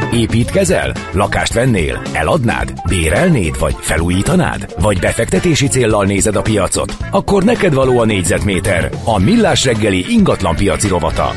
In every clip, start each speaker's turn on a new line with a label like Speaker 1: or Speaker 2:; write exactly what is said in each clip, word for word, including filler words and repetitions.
Speaker 1: Építkezel? Lakást vennél? Eladnád? Bérelnéd? Vagy felújítanád? Vagy befektetési céllal nézed a piacot? Akkor neked való a négyzetméter, a Millás reggeli ingatlanpiaci rovata.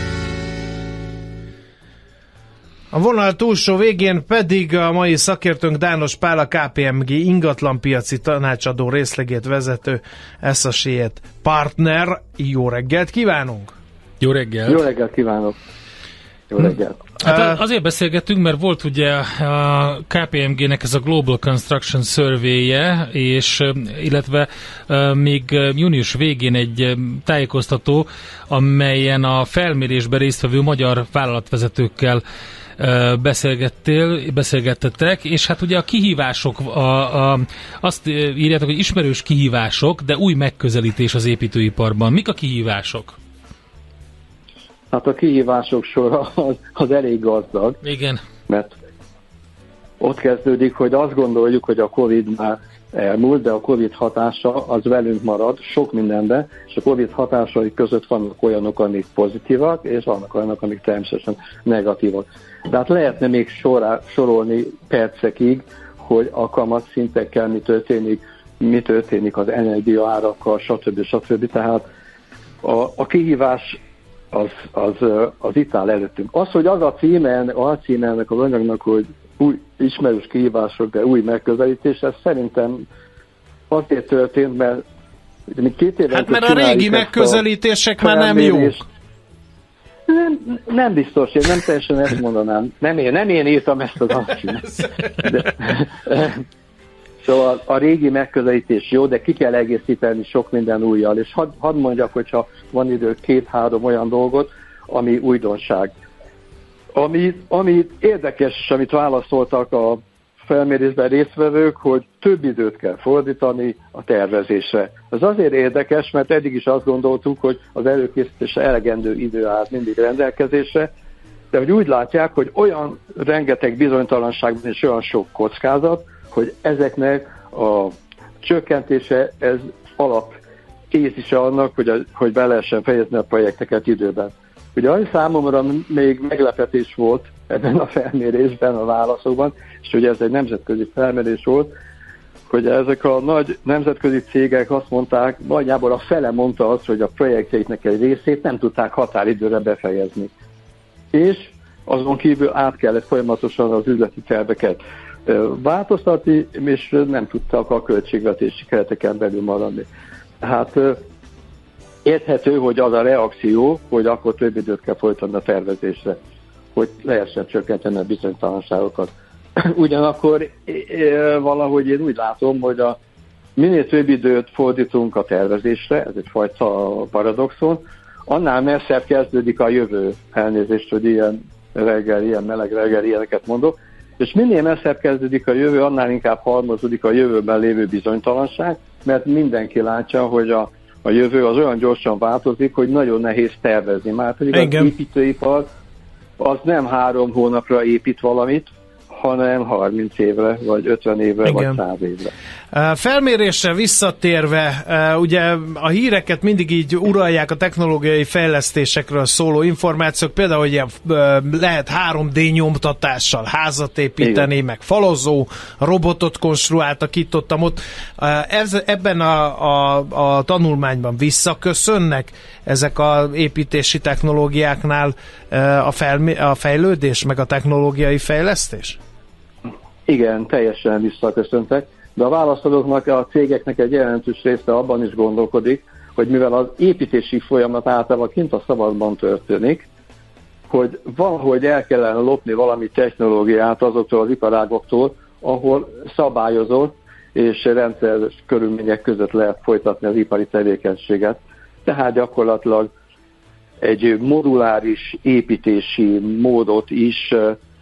Speaker 2: A vonal túlsó végén pedig a mai szakértőnk Dános Pál, a ká pé em gé ingatlanpiaci tanácsadó részlegét vezető Associate Partner. Jó reggelt kívánunk!
Speaker 3: Jó reggelt!
Speaker 4: Jó reggelt kívánok! Jó reggelt!
Speaker 3: Hát azért beszélgettünk, mert volt ugye a ká pé em gének ez a Global Construction Survey-je, és illetve még június végén egy tájékoztató, amelyen a felmérésben résztvevő magyar vállalatvezetőkkel beszélgettél, beszélgettetek, és hát ugye a kihívások, a, a, azt írjátok, hogy ismerős kihívások, de új megközelítés az építőiparban. Mik a kihívások?
Speaker 4: Hát a kihívások sora az, az elég gazdag.
Speaker 3: Igen.
Speaker 4: Mert ott kezdődik, hogy azt gondoljuk, hogy a Covid már elmúlt, de a Covid hatása az velünk marad sok mindenben, és a Covid hatásai között vannak olyanok, amik pozitívak, és vannak olyanok, amik természetesen negatívak. De hát lehetne még sorá, sorolni percekig, hogy a kamatszintekkel mi történik, mi történik az energiaárakkal, stb. stb. Tehát a, a kihívás az, az, az itt áll előttünk. Az, hogy az a címe, a címe ennek az anyagnak, hogy új ismerős kihívások, de új megközelítés, ez szerintem azért történt, mert mi két éve
Speaker 2: hát mert a régi megközelítések már nem jó.
Speaker 4: Nem, nem biztos, én nem teljesen ezt mondanám. Nem én, nem én írtam ezt az alcímet. Szóval a régi megközelítés jó, de ki kell egészíteni sok minden újjal. És hadd had mondjak, hogyha van idő, két-három olyan dolgot, ami újdonság. Ami, ami érdekes, és amit válaszoltak a felmérésben résztvevők, hogy több időt kell fordítani a tervezésre. Ez azért érdekes, mert eddig is azt gondoltuk, hogy az előkészítésre elegendő idő áll mindig rendelkezésre, de hogy úgy látják, hogy olyan rengeteg bizonytalanságban és olyan sok kockázat, hogy ezeknek a csökkentése, ez alap tézise annak, hogy, a, hogy be lehessen fejezni a projekteket időben. Ugye az számomra még meglepetés volt ebben a felmérésben, a válaszokban, és ugye ez egy nemzetközi felmérés volt, hogy ezek a nagy nemzetközi cégek azt mondták, nagyjából a fele mondta azt, hogy a projektjeiknek egy részét nem tudták határidőre befejezni. És azon kívül át kellett folyamatosan az üzleti terveket változtatni, és nem tudtak a költségvetési kereteken belül maradni. Hát érthető, hogy az a reakció, hogy akkor több időt kell folytatni a tervezésre, hogy lehessen csökkenteni a bizonytalanságokat. Ugyanakkor valahogy én úgy látom, hogy a minél több időt fordítunk a tervezésre, ez egyfajta paradoxon, annál messzebb kezdődik a jövő. Elnézést, hogy ilyen reggel, ilyen meleg reggel ilyeneket mondok, és minél messzebb kezdődik a jövő, annál inkább halmozódik a jövőben lévő bizonytalanság, mert mindenki látja, hogy a, a jövő az olyan gyorsan változik, hogy nagyon nehéz tervezni. Már pedig az építőipar az nem három hónapra épít valamit, hanem harminc évre, vagy ötven évre, igen, vagy száz évre.
Speaker 2: Felmérésre visszatérve, ugye a híreket mindig így uralják a technológiai fejlesztésekről szóló információk, például, hogy lehet három dé nyomtatással házat építeni, igen, meg falozó robotot konstruáltak itt, ott, ott. Ez, ebben a, a, a tanulmányban visszaköszönnek ezek az építési technológiáknál a, felmi, a fejlődés, meg a technológiai fejlesztés?
Speaker 4: Igen, teljesen visszaköszöntek, de a válaszadóknak, a cégeknek egy jelentős része abban is gondolkodik, hogy mivel az építési folyamat általában kint a szabadban történik, hogy valahogy el kellene lopni valami technológiát azoktól az iparágoktól, ahol szabályozott és rendszeres körülmények között lehet folytatni az ipari tevékenységet. Tehát gyakorlatilag egy moduláris építési módot is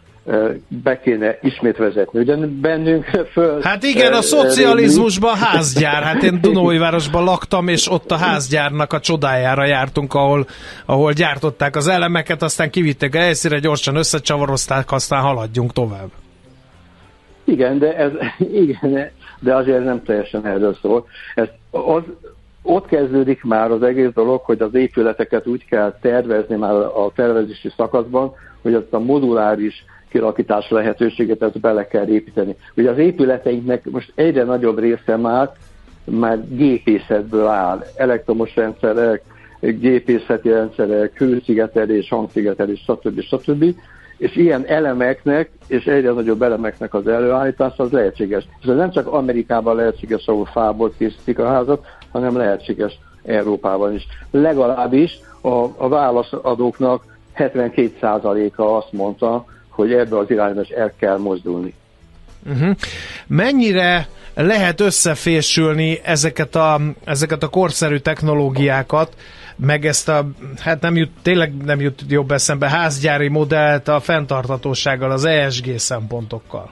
Speaker 4: be kéne ismét vezetni. Ugye bennünk föl...
Speaker 2: Hát igen, a szocializmusban házgyár. Hát én Dunaújvárosban laktam, és ott a házgyárnak a csodájára jártunk, ahol, ahol gyártották az elemeket, aztán kivitték a helyszínre, gyorsan összecsavarozták, aztán haladjunk tovább.
Speaker 4: Igen, de ez igen, de azért nem teljesen erről szól. Ez az, ott kezdődik már az egész dolog, hogy az épületeket úgy kell tervezni már a tervezési szakaszban, hogy azt a moduláris kialakítás lehetőséget, ezt bele kell építeni. Ugye az épületeinknek most egyre nagyobb része már, már gépészetből áll. Elektromos rendszerek, gépészeti rendszerek, hőszigetelés, hangszigetelés, stb. stb. És ilyen elemeknek, és egyre nagyobb elemeknek az előállítása az lehetséges. És ez nem csak Amerikában lehetséges, ahol fából készítik a házat, hanem lehetséges Európában is. Legalábbis a, a válaszadóknak hetvenkét százaléka azt mondta, hogy ebbe az irányba is el kell mozdulni.
Speaker 2: Uh-huh. Mennyire lehet összefésülni ezeket a, ezeket a korszerű technológiákat, meg ezt a, hát nem jut, tényleg nem jut jobb eszembe, házgyári modellt a fenntarthatósággal, az E S G szempontokkal?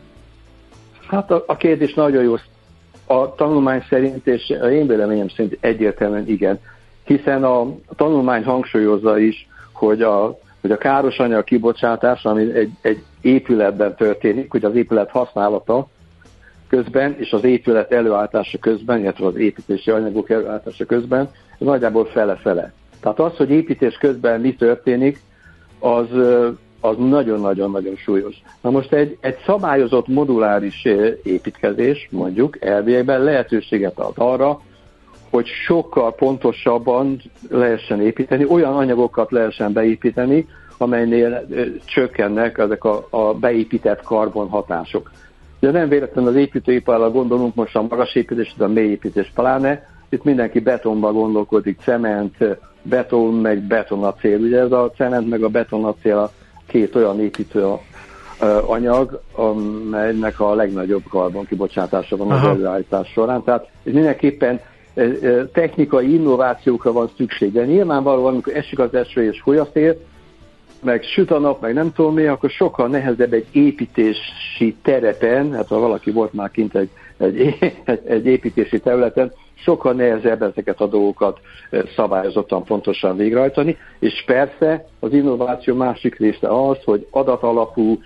Speaker 4: Hát a, a kérdés nagyon jó. A tanulmány szerint, és a én véleményem szerint egyértelműen igen, hiszen a, a tanulmány hangsúlyozza is, hogy a, hogy a káros anyag kibocsátás, ami egy, egy épületben történik, hogy az épület használata közben, és az épület előállítása közben, illetve az építési anyagok előállítása közben, nagyjából fele-fele. Tehát az, hogy építés közben mi történik, az, az nagyon-nagyon-nagyon súlyos. Na most egy, egy szabályozott moduláris építkezés, mondjuk elviekben lehetőséget ad arra, hogy sokkal pontosabban lehessen építeni, olyan anyagokat lehessen beépíteni, amelynél ö, csökkennek ezek a, a beépített karbonhatások. De nem véletlenül az építőiparra gondolunk, most a magas építés, de a mély építés pláne, itt mindenki betonban gondolkodik, cement, beton, meg betonacél. Ugye ez a cement meg a betonacél a két olyan építő anyag, amelynek a legnagyobb karbonkibocsátása van az előállítás során. Tehát mindenképpen technikai innovációkra van szükség, de nyilvánvalóan, amikor esik az eső és foly a szél, meg süt a nap, meg nem tudom mi, akkor sokkal nehezebb egy építési terepen, hát ha valaki volt már kint egy, egy, egy, egy építési területen, sokkal nehezebb ezeket a dolgokat szabályozottan pontosan végrehajtani, és persze az innováció másik része az, hogy adatalapú,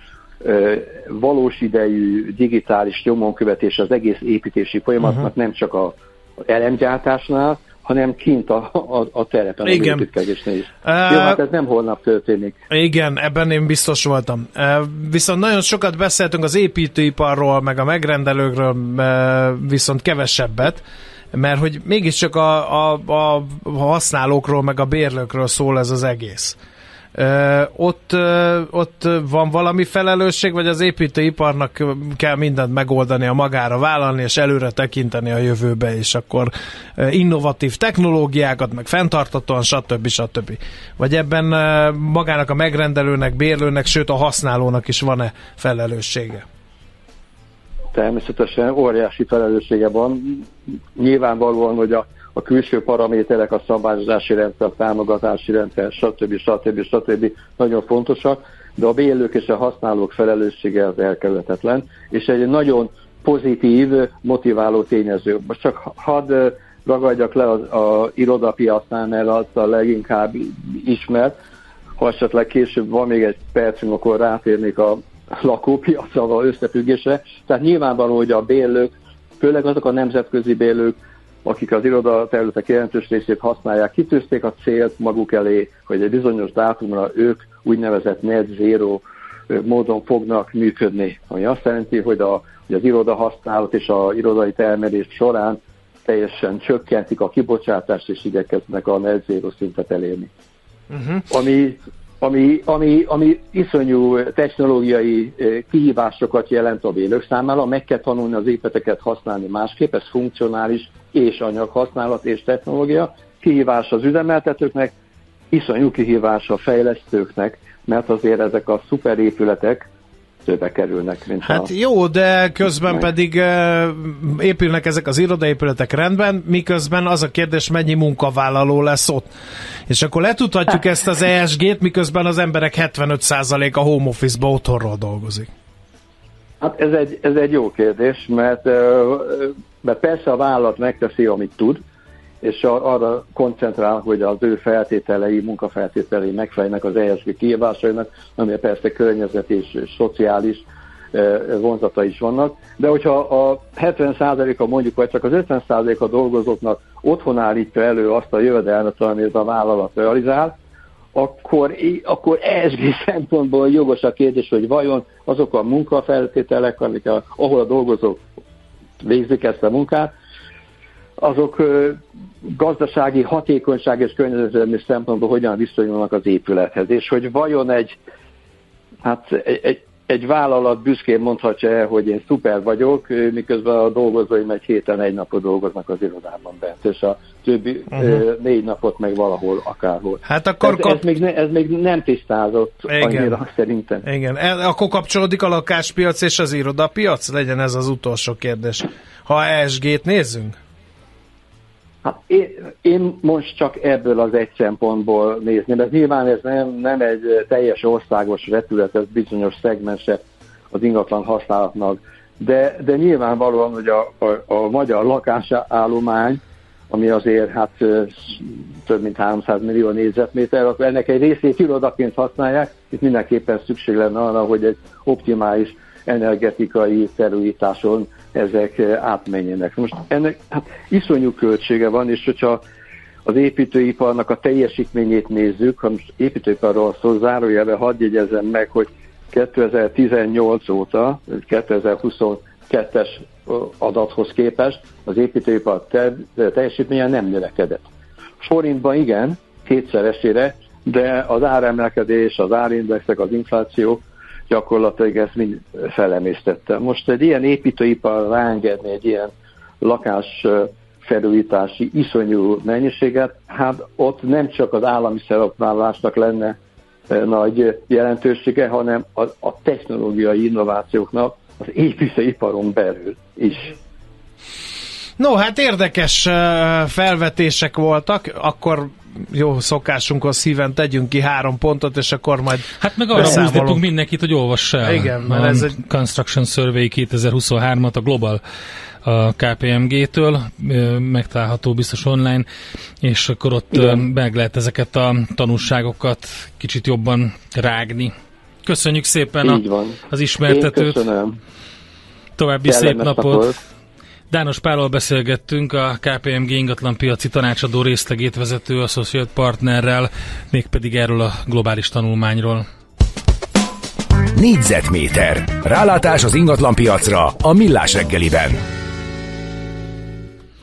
Speaker 4: valós idejű digitális nyomonkövetés az egész építési folyamatnak, uh-huh. nem csak a elemgyártásnál, hanem kint a, a, a terepen, az építkezésnél is. Uh, Jó, hát ez nem holnap történik.
Speaker 2: Igen, ebben én biztos voltam. Uh, viszont nagyon sokat beszéltünk az építőiparról, meg a megrendelőkről, uh, viszont kevesebbet, mert hogy mégiscsak a, a, a használókról, meg a bérlőkről szól ez az egész. Ö, ott, ö, ott van valami felelősség, vagy az építőiparnak kell mindent megoldani, a magára vállalni, és előre tekinteni a jövőbe, és akkor innovatív technológiákat, meg fenntartatóan, stb. stb. Vagy ebben magának a megrendelőnek, bérlőnek, sőt a használónak is van-e felelőssége?
Speaker 4: Természetesen óriási felelőssége van. Nyilvánvalóan, hogy a, a külső paraméterek, a szabályozási rendszer, a támogatási rendszer, stb. stb. stb. Nagyon fontosak, de a bérlők és a használók felelőssége az elkerülhetetlen, és egy nagyon pozitív, motiváló tényező. Most csak hadd ragadjak le az, az irodapiacnál, mert az a leginkább ismert, ha esetleg később van még egy percünk, akkor rátérnék a lakópiaccal összefüggésre. Tehát nyilvánvaló, hogy a bérlők, főleg azok a nemzetközi bérlők, akik az irodaterületek jelentős részét használják, kitűzték a célt maguk elé, hogy egy bizonyos dátumra ők úgynevezett net zero módon fognak működni. Ami azt jelenti, hogy, a, hogy az iroda használat és az irodai termelés során teljesen csökkentik a kibocsátást, és igyekeznek a net zero szintet elérni. Uh-huh. Ami Ami, ami, ami iszonyú technológiai kihívásokat jelent a bérlők számára, meg kell tanulni az épületeket használni másképp, ez funkcionális és anyaghasználat és technológia. Kihívás az üzemeltetőknek, iszonyú kihívás a fejlesztőknek, mert azért ezek a szuperépületek többe kerülnek, mint
Speaker 2: Hát
Speaker 4: a...
Speaker 2: jó, de közben meg. pedig uh, épülnek ezek az irodaépületek rendben, miközben az a kérdés, mennyi munkavállaló lesz ott. És akkor letudhatjuk ezt az E S G-t, miközben az emberek hetvenöt százalék a home office-ba otthonról dolgozik.
Speaker 4: Hát ez egy, ez egy jó kérdés, mert, mert persze a vállalat megteszi, amit tud, és arra koncentrál, hogy az ő feltételei, munkafeltételei megfelelnek az E S G kihívásainak, ami persze környezeti és szociális vonzata is vannak. De hogyha a hetven százaléka mondjuk, vagy csak az ötven százaléka dolgozóknak otthon állítja elő azt a jövedelmet, amit a vállalat realizál, akkor, akkor E S G szempontból jogos a kérdés, hogy vajon azok a munkafeltételek, amik a, ahol a dolgozók végzik ezt a munkát, azok gazdasági hatékonyság és környezetvédelmi szempontból hogyan viszonyulnak az épülethez, és hogy vajon egy, hát egy, egy vállalat büszkén mondhatja el, hogy én szuper vagyok, miközben a dolgozóim egy héten egy napot dolgoznak az irodában bent, és a többi uh-huh. négy napot meg valahol, akárhol.
Speaker 2: Hát akkor
Speaker 4: ez,
Speaker 2: kap...
Speaker 4: ez, még ne, ez még nem tisztázott annyira szerintem.
Speaker 2: Igen, akkor kapcsolódik a lakáspiac és az irodapiac? Legyen ez az utolsó kérdés. Ha E S G-t nézzünk?
Speaker 4: Hát én, én most csak ebből az egy szempontból nézném, mert nyilván ez nem, nem egy teljes országos vetület, ez bizonyos szegmense az ingatlan használatnak, de, de nyilvánvalóan, hogy a, a, a magyar lakásállomány, ami azért hát több mint háromszáz millió négyzetméter, akkor ennek egy részét irodaként használják, itt mindenképpen szükség lenne arra, hogy egy optimális energetikai felújításon ezek átmenjenek. Most ennek hát iszonyú költsége van, és hogyha az építőiparnak a teljesítményét nézzük, ha most építőiparról szól, zárójelben hadd jegyezzem meg, hogy kétezer-tizennyolc óta, kétezer-huszonkettes adathoz képest az építőipar teljesítménye nem növekedett. Forintban igen, kétszeresére, de az áremelkedés, az árindexek, az infláció gyakorlatilag ezt mind felemésztette. Most egy ilyen építőipar ráengedni egy ilyen lakásfelújítási iszonyú mennyiséget, hát ott nem csak az állami szerepvállalásnak lenne nagy jelentősége, hanem a, a technológiai innovációknak az építőiparon belül is.
Speaker 2: No, hát érdekes felvetések voltak, akkor jó szokásunkhoz szíven tegyünk ki három pontot, és akkor majd
Speaker 3: hát meg arra húzdítunk mindenkit, hogy olvass el.
Speaker 2: Igen, mert ez egy
Speaker 3: Construction Survey kétezer-huszonhármat a Global a ká pé em gé-től, megtalálható biztos online, és akkor ott igen, meg lehet ezeket a tanulságokat kicsit jobban rágni. Köszönjük szépen a, az ismertetőt.
Speaker 4: Én köszönöm.
Speaker 3: További Kellemes szép napot. napot. Dános Pállal beszélgettünk, a ká pé em gé ingatlanpiaci tanácsadó részlegét vezető associate partnerrel, mégpedig erről a globális tanulmányról.
Speaker 1: Négyzetméter. Rálátás az ingatlanpiacra a Millás reggeliben.